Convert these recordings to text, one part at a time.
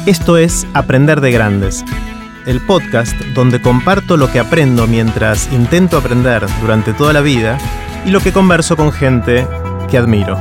Esto es Aprender de Grandes, el podcast donde comparto lo que aprendo mientras intento aprender durante toda la vida y lo que converso con gente que admiro.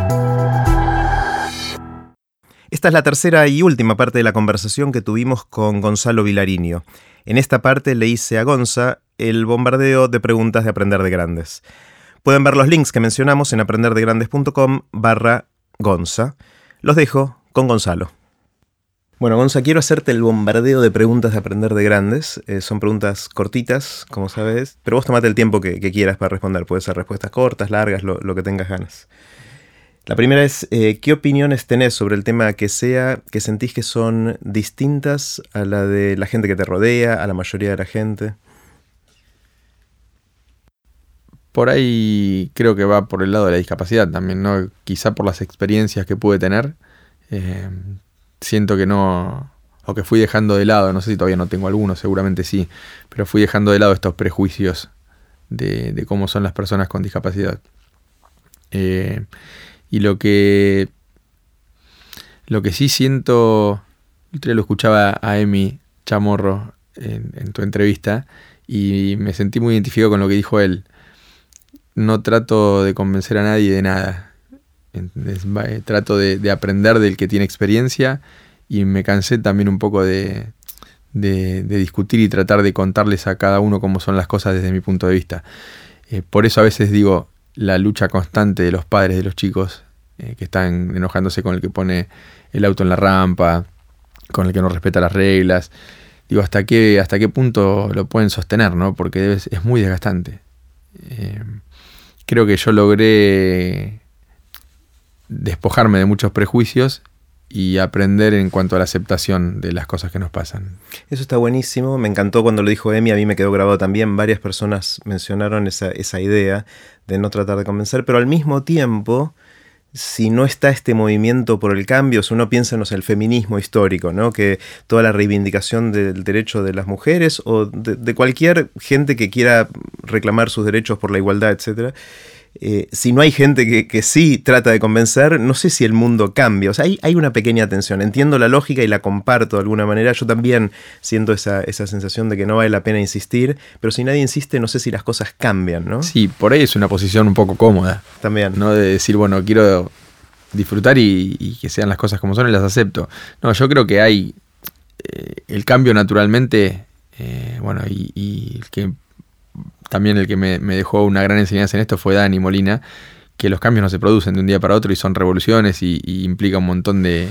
Esta es la tercera y última parte de la conversación que tuvimos con Gonzalo Vilariño. En esta parte le hice a Gonza el bombardeo de preguntas de Aprender de Grandes. Pueden ver los links que mencionamos en aprenderdegrandes.com/Gonza. Los dejo con Gonzalo. Bueno, Gonza, quiero hacerte el bombardeo de preguntas de Aprender de Grandes. Son preguntas cortitas, como sabes, pero vos tomate el tiempo que quieras para responder. Puede ser respuestas cortas, largas, lo que tengas ganas. La primera es, ¿qué opiniones tenés sobre el tema que sentís que son distintas a la de la gente que te rodea, a la mayoría de la gente? Por ahí creo que va por el lado de la discapacidad también, ¿no? Quizá por las experiencias que pude tener, siento que no, o que fui dejando de lado, no sé si todavía no tengo alguno, seguramente sí, pero fui dejando de lado estos prejuicios de cómo son las personas con discapacidad. Y lo que sí siento, yo lo escuchaba a Emi Chamorro en tu entrevista y me sentí muy identificado con lo que dijo él. No trato de convencer a nadie de nada. Trato de aprender del que tiene experiencia y me cansé también un poco de discutir y tratar de contarles a cada uno cómo son las cosas desde mi punto de vista. Por eso a veces digo, la lucha constante de los padres de los chicos que están enojándose con el que pone el auto en la rampa, con el que no respeta las reglas. Digo, ¿hasta qué punto lo pueden sostener, ¿no? Porque es muy desgastante. Creo que yo logré despojarme de muchos prejuicios y aprender en cuanto a la aceptación de las cosas que nos pasan. Eso está buenísimo, me encantó cuando lo dijo Emi, a mí me quedó grabado también, varias personas mencionaron esa idea de no tratar de convencer, pero al mismo tiempo, si no está este movimiento por el cambio, si uno piensa en el feminismo histórico, ¿no? Que toda la reivindicación del derecho de las mujeres o de cualquier gente que quiera reclamar sus derechos por la igualdad, etcétera. Si no hay gente que sí trata de convencer, no sé si el mundo cambia. O sea, hay una pequeña tensión. Entiendo la lógica y la comparto de alguna manera. Yo también siento esa sensación de que no vale la pena insistir, pero si nadie insiste, no sé si las cosas cambian, ¿no? Sí, por ahí es una posición un poco cómoda. También. No de decir, bueno, quiero disfrutar y que sean las cosas como son y las acepto. No, yo creo que hay el cambio naturalmente, y también el que me dejó una gran enseñanza en esto fue Dani Molina, que los cambios no se producen de un día para otro y son revoluciones y implica un montón de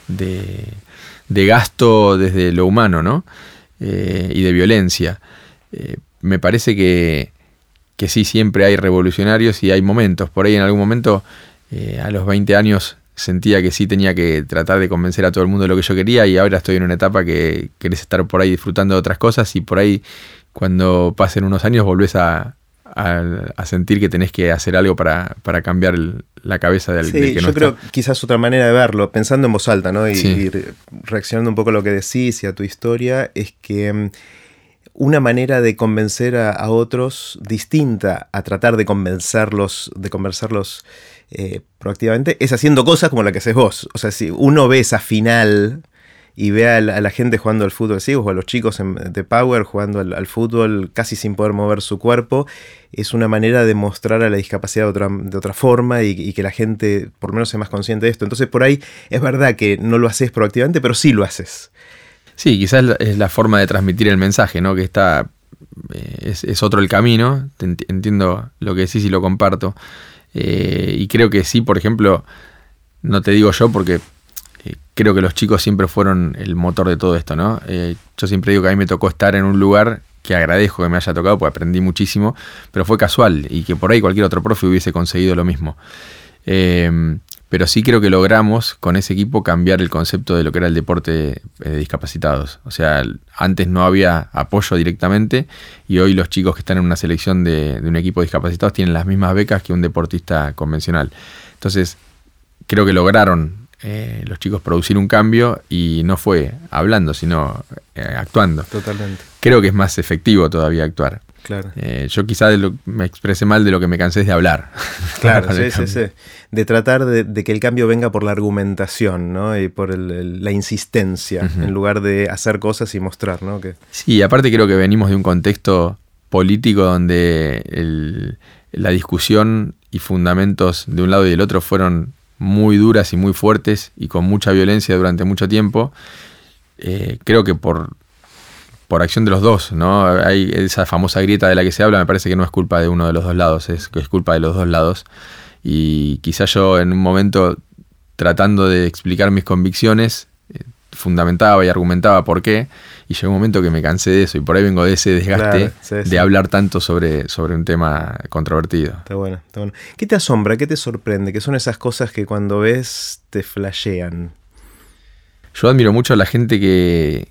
gasto desde lo humano, ¿no? Y de violencia. Me parece que sí, siempre hay revolucionarios y hay momentos. Por ahí en algún momento, a los 20 años, sentía que sí tenía que tratar de convencer a todo el mundo de lo que yo quería y ahora estoy en una etapa que querés estar por ahí disfrutando de otras cosas y por ahí cuando pasen unos años volvés a sentir que tenés que hacer algo para cambiar la cabeza del que no está. Yo creo quizás otra manera de verlo, pensando en voz alta, ¿no? Y reaccionando un poco a lo que decís y a tu historia, es que una manera de convencer a otros distinta a tratar de convencerlos proactivamente es haciendo cosas como la que haces vos. O sea, si uno ve esa final y ve a la gente jugando al fútbol, ¿sí? O a los chicos de Power jugando al fútbol casi sin poder mover su cuerpo, es una manera de mostrar a la discapacidad de otra forma y que la gente por lo menos sea más consciente de esto. Entonces por ahí es verdad que no lo haces proactivamente, pero sí lo haces. Sí, quizás es la forma de transmitir el mensaje, ¿no? Que es otro el camino. Entiendo lo que decís y lo comparto. Y creo que sí, por ejemplo, no te digo yo porque creo que los chicos siempre fueron el motor de todo esto, ¿no? Yo siempre digo que a mí me tocó estar en un lugar que agradezco que me haya tocado porque aprendí muchísimo, pero fue casual y que por ahí cualquier otro profe hubiese conseguido lo mismo. Pero sí creo que logramos con ese equipo cambiar el concepto de lo que era el deporte de discapacitados. O sea, antes no había apoyo directamente y hoy los chicos que están en una selección de un equipo de discapacitados tienen las mismas becas que un deportista convencional. Entonces, creo que lograron los chicos producir un cambio y no fue hablando, sino actuando. Totalmente. Creo que es más efectivo todavía actuar. Claro. Yo quizá me expresé mal de lo que me cansé de hablar. Claro, sí. De tratar de que el cambio venga por la argumentación, ¿no? Y por la insistencia, en lugar de hacer cosas y mostrar, ¿no? Sí, aparte creo que venimos de un contexto político donde la discusión y fundamentos de un lado y del otro fueron muy duras y muy fuertes y con mucha violencia durante mucho tiempo. Creo que por acción de los dos, ¿no? Hay esa famosa grieta de la que se habla, me parece que no es culpa de uno de los dos lados, es culpa de los dos lados. Y quizá yo en un momento, tratando de explicar mis convicciones, fundamentaba y argumentaba por qué, y llegó un momento que me cansé de eso, y por ahí vengo de ese desgaste de hablar tanto sobre un tema controvertido. Está bueno. ¿Qué te asombra, qué te sorprende? ¿Qué son esas cosas que cuando ves te flashean? Yo admiro mucho a la gente que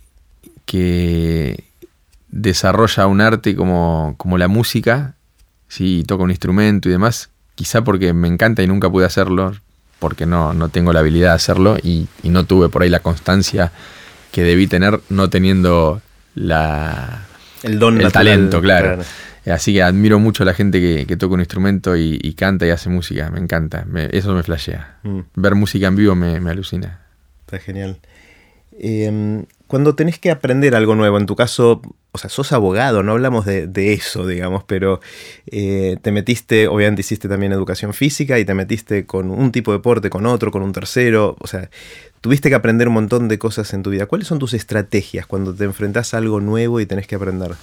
desarrolla un arte como la música, sí, toca un instrumento y demás, quizá porque me encanta y nunca pude hacerlo, porque no tengo la habilidad de hacerlo y no tuve por ahí la constancia que debí tener, no teniendo el talento, claro. Así que admiro mucho a la gente que toca un instrumento y canta y hace música, me encanta, eso me flashea. Ver música en vivo me alucina. Está genial. Cuando tenés que aprender algo nuevo, en tu caso, o sea, sos abogado, no hablamos de eso, digamos, pero te metiste, obviamente hiciste también educación física y te metiste con un tipo de deporte, con otro, con un tercero, o sea, tuviste que aprender un montón de cosas en tu vida. ¿Cuáles son tus estrategias cuando te enfrentás a algo nuevo y tenés que aprender?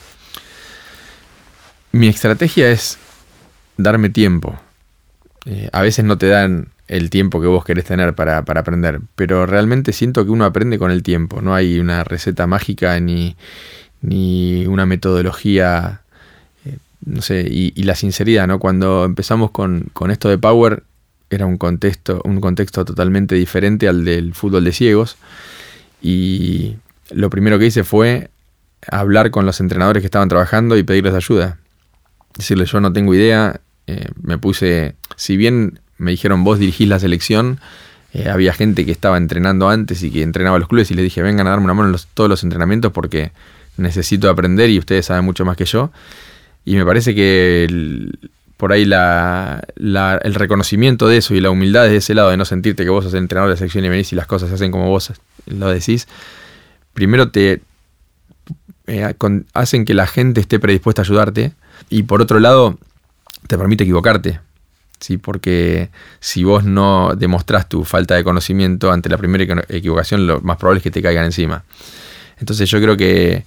Mi estrategia es darme tiempo. A veces no te dan el tiempo que vos querés tener para aprender, pero realmente siento que uno aprende con el tiempo. No hay una receta mágica ni una metodología, no sé, y la sinceridad, ¿no? Cuando empezamos con esto de Power, era un contexto totalmente diferente al del fútbol de ciegos, y lo primero que hice fue hablar con los entrenadores que estaban trabajando y pedirles ayuda. Decirles, yo no tengo idea, me puse, si bien me dijeron, vos dirigís la selección, había gente que estaba entrenando antes y que entrenaba a los clubes, y les dije, vengan a darme una mano en todos los entrenamientos porque necesito aprender y ustedes saben mucho más que yo. Y me parece que por ahí el reconocimiento de eso y la humildad de ese lado, de no sentirte que vos sos el entrenador de la selección y venís y las cosas se hacen como vos lo decís, primero hacen que la gente esté predispuesta a ayudarte, y por otro lado te permite equivocarte. Sí, porque si vos no demostrás tu falta de conocimiento ante la primera equivocación, lo más probable es que te caigan encima. Entonces yo creo que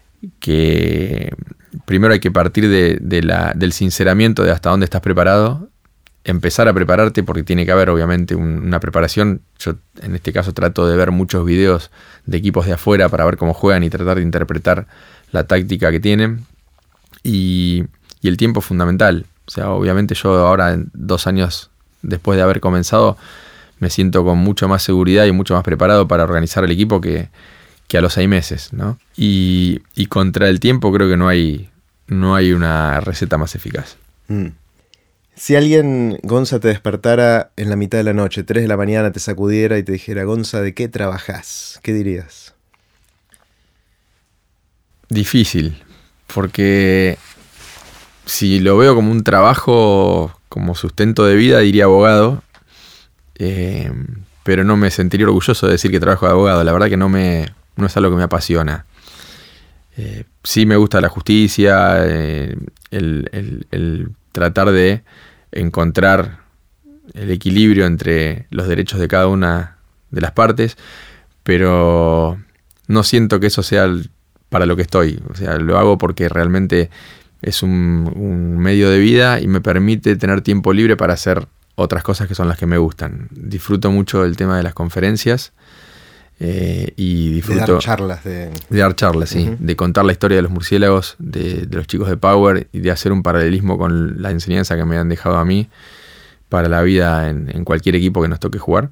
primero hay que partir del sinceramiento de hasta dónde estás preparado, empezar a prepararte, porque tiene que haber obviamente una preparación. Yo en este caso trato de ver muchos videos de equipos de afuera para ver cómo juegan y tratar de interpretar la táctica que tienen, y el tiempo es fundamental. O sea, obviamente yo ahora, 2 años después de haber comenzado, me siento con mucha más seguridad y mucho más preparado para organizar el equipo que a los 6 meses, ¿no? Y contra el tiempo creo que no hay una receta más eficaz. Si alguien, Gonza, te despertara en la mitad de la noche, 3 de la mañana, te sacudiera y te dijera, Gonza, ¿de qué trabajás? ¿Qué dirías? Difícil, porque si lo veo como un trabajo, como sustento de vida, diría abogado, pero no me sentiría orgulloso de decir que trabajo de abogado. La verdad que no es algo que me apasiona. Sí me gusta la justicia, el tratar de encontrar el equilibrio entre los derechos de cada una de las partes, pero no siento que eso sea para lo que estoy. O sea, lo hago porque realmente es un medio de vida y me permite tener tiempo libre para hacer otras cosas que son las que me gustan. Disfruto mucho el tema de las conferencias y disfruto... De dar charlas. De dar charlas, sí. De contar la historia de los murciélagos, de los chicos de Power, y de hacer un paralelismo con la enseñanza que me han dejado a mí para la vida en cualquier equipo que nos toque jugar.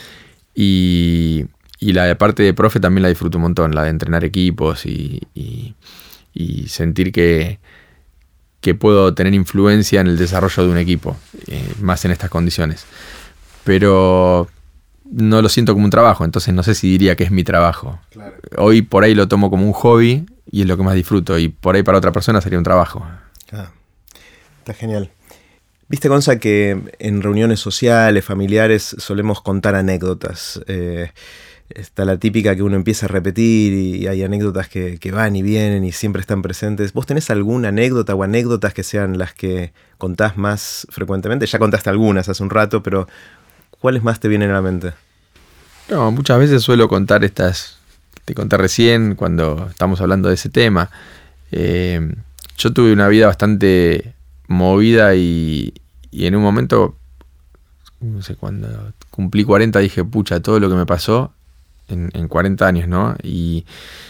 Y la parte de profe también la disfruto un montón, la de entrenar equipos y sentir que puedo tener influencia en el desarrollo de un equipo, más en estas condiciones. Pero no lo siento como un trabajo, entonces no sé si diría que es mi trabajo. Claro. Hoy por ahí lo tomo como un hobby, y es lo que más disfruto. Y por ahí para otra persona sería un trabajo. Está genial. Viste, Gonza, que en reuniones sociales, familiares, solemos contar anécdotas. Está la típica que uno empieza a repetir y hay anécdotas que van y vienen y siempre están presentes. ¿Vos tenés alguna anécdota o anécdotas que sean las que contás más frecuentemente? Ya contaste algunas hace un rato, pero ¿cuáles más te vienen a la mente? No, muchas veces suelo contar estas, te conté recién cuando estamos hablando de ese tema. Yo tuve una vida bastante movida y en un momento, no sé, cuando cumplí 40 dije, pucha, todo lo que me pasó en 40 años, ¿no? Y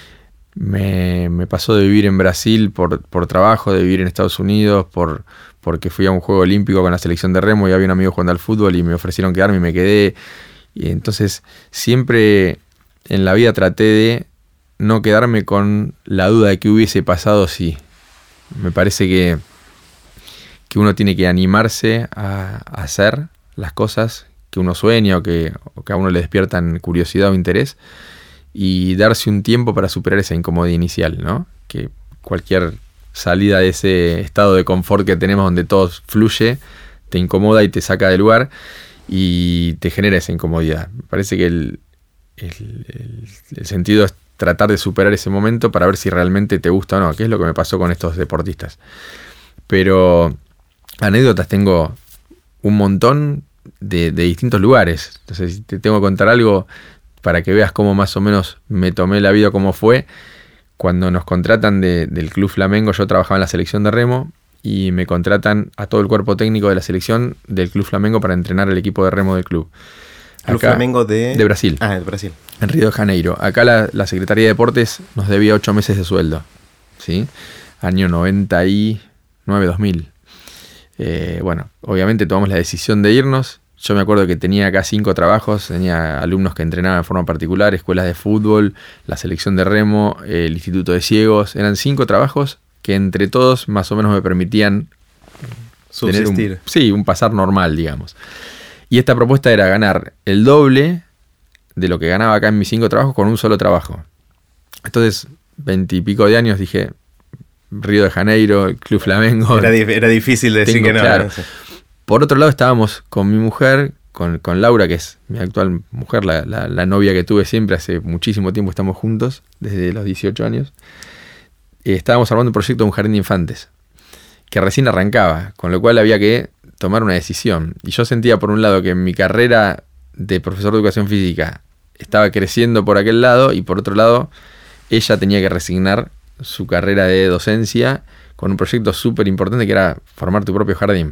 me pasó de vivir en Brasil por trabajo, de vivir en Estados Unidos porque fui a un juego olímpico con la selección de remo y había un amigo jugando al fútbol y me ofrecieron quedarme y me quedé. Y entonces siempre en la vida traté de no quedarme con la duda de qué hubiese pasado si. Me parece que uno tiene que animarse a hacer las cosas que uno sueña o que a uno le despiertan curiosidad o interés y darse un tiempo para superar esa incomodidad inicial, ¿no? Que cualquier salida de ese estado de confort que tenemos donde todo fluye te incomoda y te saca del lugar y te genera esa incomodidad. Me parece que el sentido es tratar de superar ese momento para ver si realmente te gusta o no, que es lo que me pasó con estos deportistas. Pero anécdotas tengo un montón de distintos lugares. Entonces, si te tengo que contar algo para que veas cómo más o menos me tomé la vida, cómo fue. Cuando nos contratan del Club Flamengo, yo trabajaba en la selección de remo y me contratan a todo el cuerpo técnico de la selección del Club Flamengo para entrenar el equipo de remo del club. Club Flamengo de Brasil. De Brasil. En Río de Janeiro. Acá la Secretaría de Deportes nos debía 8 meses de sueldo. ¿Sí? Año 99-2000. Bueno, obviamente tomamos la decisión de irnos. Yo me acuerdo que tenía acá 5 trabajos. Tenía alumnos que entrenaban de forma particular, escuelas de fútbol, la selección de remo, el Instituto de Ciegos. Eran 5 trabajos que entre todos más o menos me permitían subsistir. Tener un pasar normal, digamos. Y esta propuesta era ganar el doble de lo que ganaba acá en mis 5 trabajos con un solo trabajo. Entonces, 20 y pico de años dije, Río de Janeiro, Club Flamengo. Era difícil decir que no. Claro. No sé. Por otro lado estábamos con mi mujer, con Laura, que es mi actual mujer, la novia que tuve siempre, hace muchísimo tiempo estamos juntos, desde los 18 años. Estábamos armando un proyecto de un jardín de infantes, que recién arrancaba, con lo cual había que tomar una decisión. Y yo sentía por un lado que mi carrera de profesor de educación física estaba creciendo por aquel lado y por otro lado ella tenía que resignar su carrera de docencia con un proyecto súper importante que era formar tu propio jardín.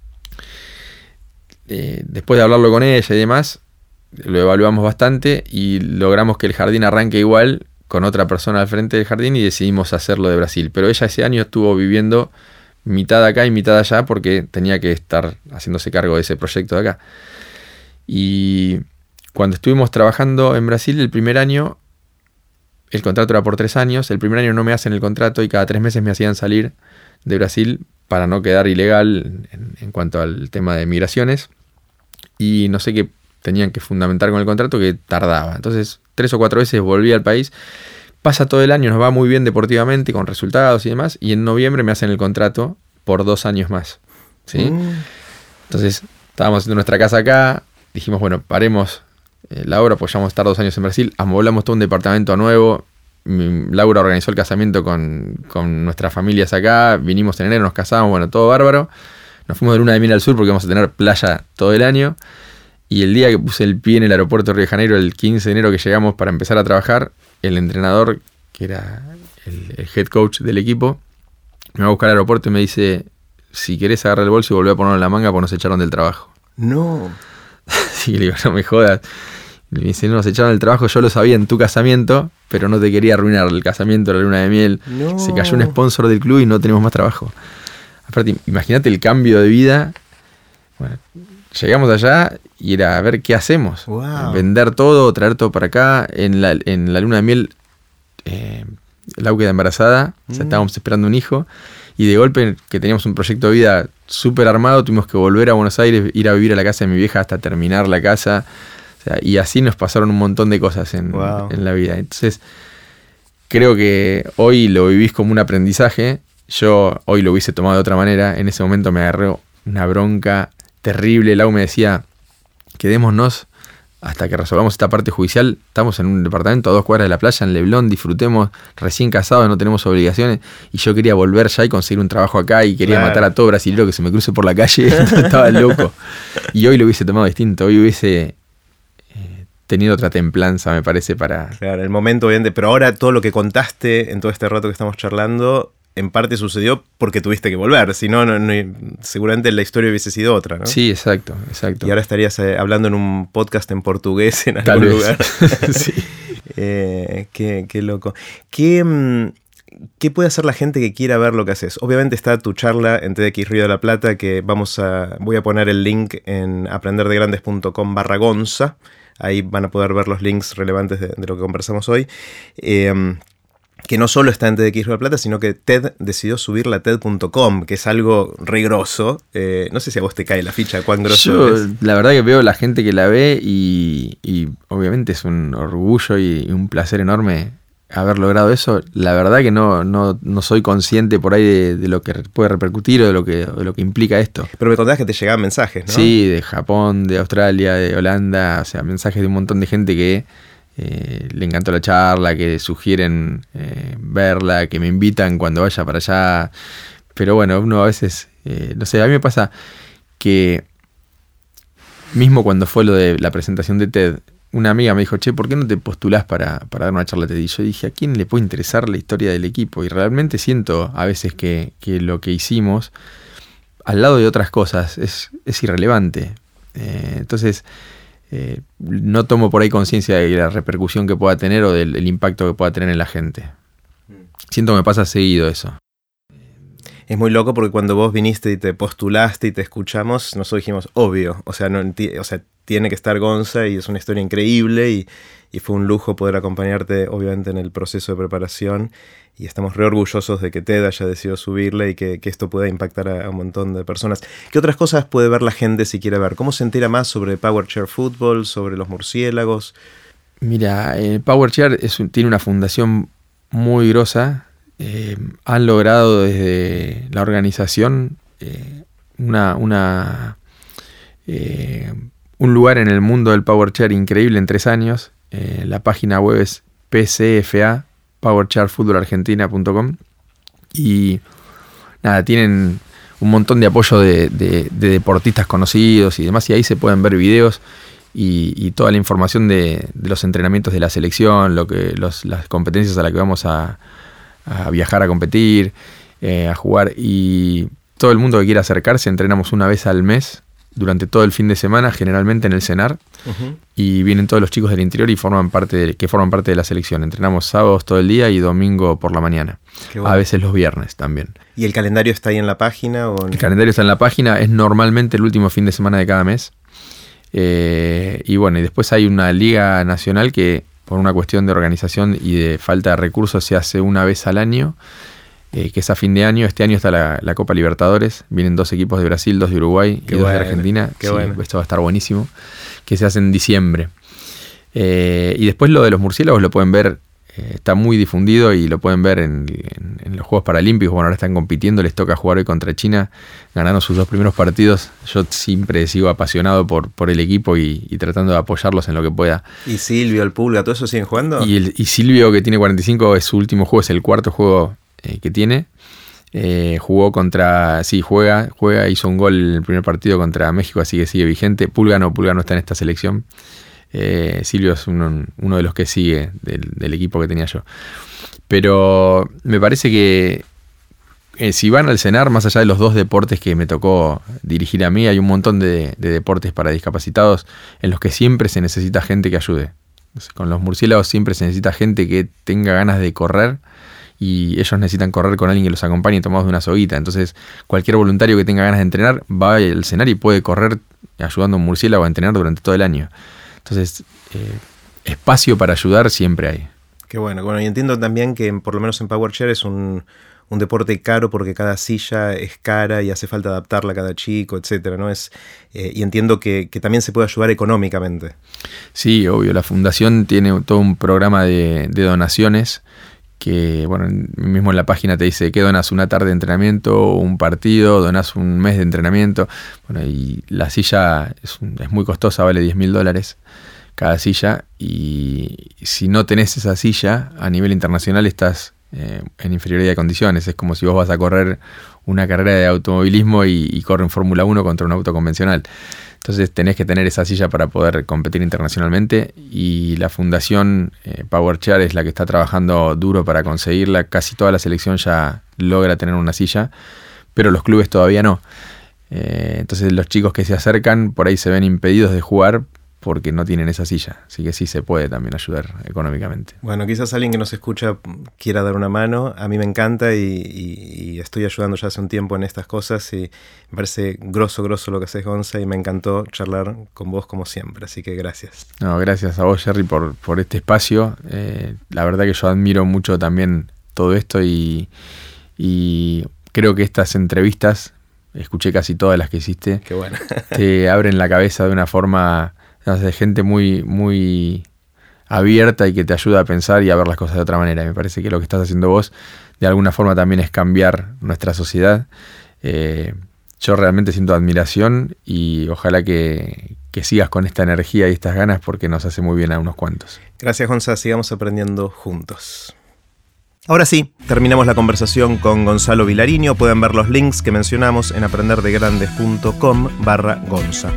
Después de hablarlo con ella y demás, lo evaluamos bastante y logramos que el jardín arranque igual con otra persona al frente del jardín y decidimos hacerlo de Brasil. Pero ella ese año estuvo viviendo mitad acá y mitad allá porque tenía que estar haciéndose cargo de ese proyecto de acá. Y cuando estuvimos trabajando en Brasil el primer año, el contrato era por 3 años, el primer año no me hacen el contrato y cada 3 meses me hacían salir de Brasil para no quedar ilegal en cuanto al tema de migraciones. Y no sé qué tenían que fundamentar con el contrato que tardaba. Entonces 3 o 4 veces volví al país. Pasa todo el año, nos va muy bien deportivamente, con resultados y demás. Y en noviembre me hacen el contrato por 2 años más. ¿Sí? Entonces estábamos haciendo nuestra casa acá. Dijimos, bueno, paremos la obra, pues ya vamos a estar 2 años en Brasil. Amoblamos todo un departamento nuevo. Laura organizó el casamiento con nuestras familias acá. Vinimos en enero, nos casamos, bueno, todo bárbaro. Nos fuimos de luna de miel al sur porque vamos a tener playa todo el año. Y el día que puse el pie en el aeropuerto de Río de Janeiro, el 15 de enero que llegamos para empezar a trabajar, el entrenador, que era el head coach del equipo, me va a buscar al aeropuerto y me dice, si querés agarrar el bolso y volver a ponerlo en la manga, pues nos echaron del trabajo. No. Sí, le digo, no me jodas. Y me dice, no, nos echaron del trabajo, yo lo sabía en tu casamiento, pero no te quería arruinar el casamiento, la luna de miel. No. Se cayó un sponsor del club y no tenemos más trabajo. Aparte, imagínate el cambio de vida. Bueno, llegamos allá y era a ver qué hacemos. Wow. Vender todo, traer todo para acá. En la luna de miel, Lau queda embarazada. O sea, estábamos esperando un hijo. Y de golpe, que teníamos un proyecto de vida súper armado, tuvimos que volver a Buenos Aires, ir a vivir a la casa de mi vieja hasta terminar la casa. O sea, y así nos pasaron un montón de cosas en la vida. Entonces, creo que hoy lo vivís como un aprendizaje. Yo hoy lo hubiese tomado de otra manera. En ese momento me agarró una bronca terrible. Lau me decía, quedémonos hasta que resolvamos esta parte judicial. Estamos en un departamento a 2 cuadras de la playa en Leblon, disfrutemos, recién casados, no tenemos obligaciones. Y yo quería volver ya y conseguir un trabajo acá y quería matar a todo brasilero que se me cruce por la calle. Estaba loco. Y hoy lo hubiese tomado distinto. Hoy hubiese tenido otra templanza, me parece, para... Claro, el momento, obviamente. Pero ahora todo lo que contaste en todo este rato que estamos charlando, en parte sucedió porque tuviste que volver. Si no, seguramente la historia hubiese sido otra, ¿no? Sí, exacto. Y ahora estarías hablando en un podcast en portugués en algún lugar. Sí. Qué loco. ¿Qué puede hacer la gente que quiera ver lo que haces? Obviamente está tu charla en TEDx Río de la Plata, que voy a poner el link en aprenderdegrandes.com/Gonza. Ahí van a poder ver los links relevantes de lo que conversamos hoy. Que no solo está en TEDx Río de la Plata, sino que TED decidió subirla a TED.com, que es algo re grosso. No sé si a vos te cae la ficha, cuán grosso es. La verdad que veo la gente que la ve y obviamente es un orgullo y un placer enorme haber logrado eso. La verdad que no soy consciente por ahí de lo que puede repercutir o de lo que implica esto. Pero me contabas que te llegaban mensajes, ¿no? Sí, de Japón, de Australia, de Holanda, o sea, mensajes de un montón de gente que le encantó la charla, que sugieren verla, que me invitan cuando vaya para allá. Pero bueno, uno a veces, no sé, a mí me pasa que mismo cuando fue lo de la presentación de TED, una amiga me dijo, che, ¿por qué no te postulás para dar una charla TED? Y yo dije, ¿a quién le puede interesar la historia del equipo? Y realmente siento a veces que lo que hicimos, al lado de otras cosas, es irrelevante. Entonces... no tomo por ahí conciencia de la repercusión que pueda tener o del impacto que pueda tener en la gente. Siento que me pasa seguido eso. Es muy loco porque cuando vos viniste y te postulaste y te escuchamos, nosotros dijimos, obvio, o sea, tiene que estar Gonza y es una historia increíble y fue un lujo poder acompañarte, obviamente, en el proceso de preparación y estamos re orgullosos de que TED haya decidido subirla y que esto pueda impactar a un montón de personas. ¿Qué otras cosas puede ver la gente si quiere ver? ¿Cómo se entera más sobre PowerChair Fútbol, sobre los murciélagos? Mira, PowerChair tiene una fundación muy grosa. Han logrado desde la organización un lugar en el mundo del PowerChair increíble en 3 años. La página web es PCFA, powerchairfutbolargentina.com, y nada, tienen un montón de apoyo de deportistas conocidos y demás, y ahí se pueden ver videos y toda la información de los entrenamientos de la selección, las competencias a las que vamos a viajar a competir, a jugar, y todo el mundo que quiera acercarse. Entrenamos una vez al mes durante todo el fin de semana, generalmente en el CENAR, y vienen todos los chicos del interior y forman parte de la selección. Entrenamos sábados todo el día y domingo por la mañana. Bueno. A veces los viernes también. ¿Y el calendario está ahí en la página? ¿O? El calendario está en la página, es normalmente el último fin de semana de cada mes. Y bueno, y después hay una liga nacional que por una cuestión de organización y de falta de recursos se hace una vez al año, que es a fin de año. Este año está la Copa Libertadores, vienen 2 equipos de Brasil, 2 de Uruguay y 2 de Argentina. Sí, bueno. Esto va a estar buenísimo, que se hace en diciembre. Y después lo de los murciélagos lo pueden ver, está muy difundido y lo pueden ver en los Juegos Paralímpicos. Bueno, ahora están compitiendo, les toca jugar hoy contra China, ganaron sus 2 primeros partidos. Yo siempre sigo apasionado por el equipo y tratando de apoyarlos en lo que pueda. ¿Y Silvio, el Pulga, todo eso siguen jugando? Y Silvio, que tiene 45, es su último juego, es el 4º juego que tiene. Jugó contra... Sí, juega, hizo un gol en el primer partido contra México, así que sigue vigente. Pulga no está en esta selección. Silvio es uno de los que sigue del equipo que tenía yo. Pero me parece que si van al CENAR, más allá de los 2 deportes que me tocó dirigir a mí, hay un montón de deportes para discapacitados en los que siempre se necesita gente que ayude. Con los murciélagos siempre se necesita gente que tenga ganas de correr, y ellos necesitan correr con alguien que los acompañe tomados de una soguita. Entonces cualquier voluntario que tenga ganas de entrenar va al escenario y puede correr ayudando a un murciélago a entrenar durante todo el año. Entonces espacio para ayudar siempre hay. Qué bueno. Bueno, y entiendo también que por lo menos en PowerChair es un deporte caro porque cada silla es cara y hace falta adaptarla a cada chico, etcétera, ¿no? Y entiendo que también se puede ayudar económicamente. Sí, obvio. La fundación tiene todo un programa de donaciones bueno, mismo en la página te dice que donas una tarde de entrenamiento, un partido, donas un mes de entrenamiento. Bueno, y la silla es muy costosa, vale $10.000 cada silla. Y si no tenés esa silla, a nivel internacional estás en inferioridad de condiciones. Es como si vos vas a correr una carrera de automovilismo y corre en Fórmula 1 contra un auto convencional. Entonces tenés que tener esa silla para poder competir internacionalmente, y la fundación PowerChair es la que está trabajando duro para conseguirla. Casi toda la selección ya logra tener una silla, pero los clubes todavía no. Entonces los chicos que se acercan por ahí se ven impedidos de jugar porque no tienen esa silla. Así que sí se puede también ayudar económicamente. Bueno, quizás alguien que nos escucha quiera dar una mano. A mí me encanta y estoy ayudando ya hace un tiempo en estas cosas, y me parece grosso lo que haces, Gonza, y me encantó charlar con vos como siempre. Así que gracias. No, gracias a vos, Jerry, por este espacio. La verdad que yo admiro mucho también todo esto, y creo que estas entrevistas, escuché casi todas las que hiciste, qué bueno, te abren la cabeza de una forma... de gente muy, muy abierta y que te ayuda a pensar y a ver las cosas de otra manera. Me parece que lo que estás haciendo vos de alguna forma también es cambiar nuestra sociedad. Yo realmente siento admiración, y ojalá que sigas con esta energía y estas ganas, porque nos hace muy bien a unos cuantos. Gracias, Gonza. Sigamos aprendiendo juntos. Ahora sí, terminamos la conversación con Gonzalo Vilariño. Pueden ver los links que mencionamos en aprenderdegrandes.com/Gonza.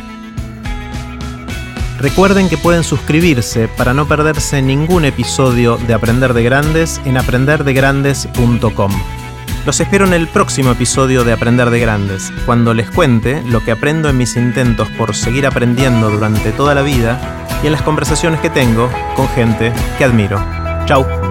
Recuerden que pueden suscribirse para no perderse ningún episodio de Aprender de Grandes en aprenderdegrandes.com. Los espero en el próximo episodio de Aprender de Grandes, cuando les cuente lo que aprendo en mis intentos por seguir aprendiendo durante toda la vida y en las conversaciones que tengo con gente que admiro. Chau.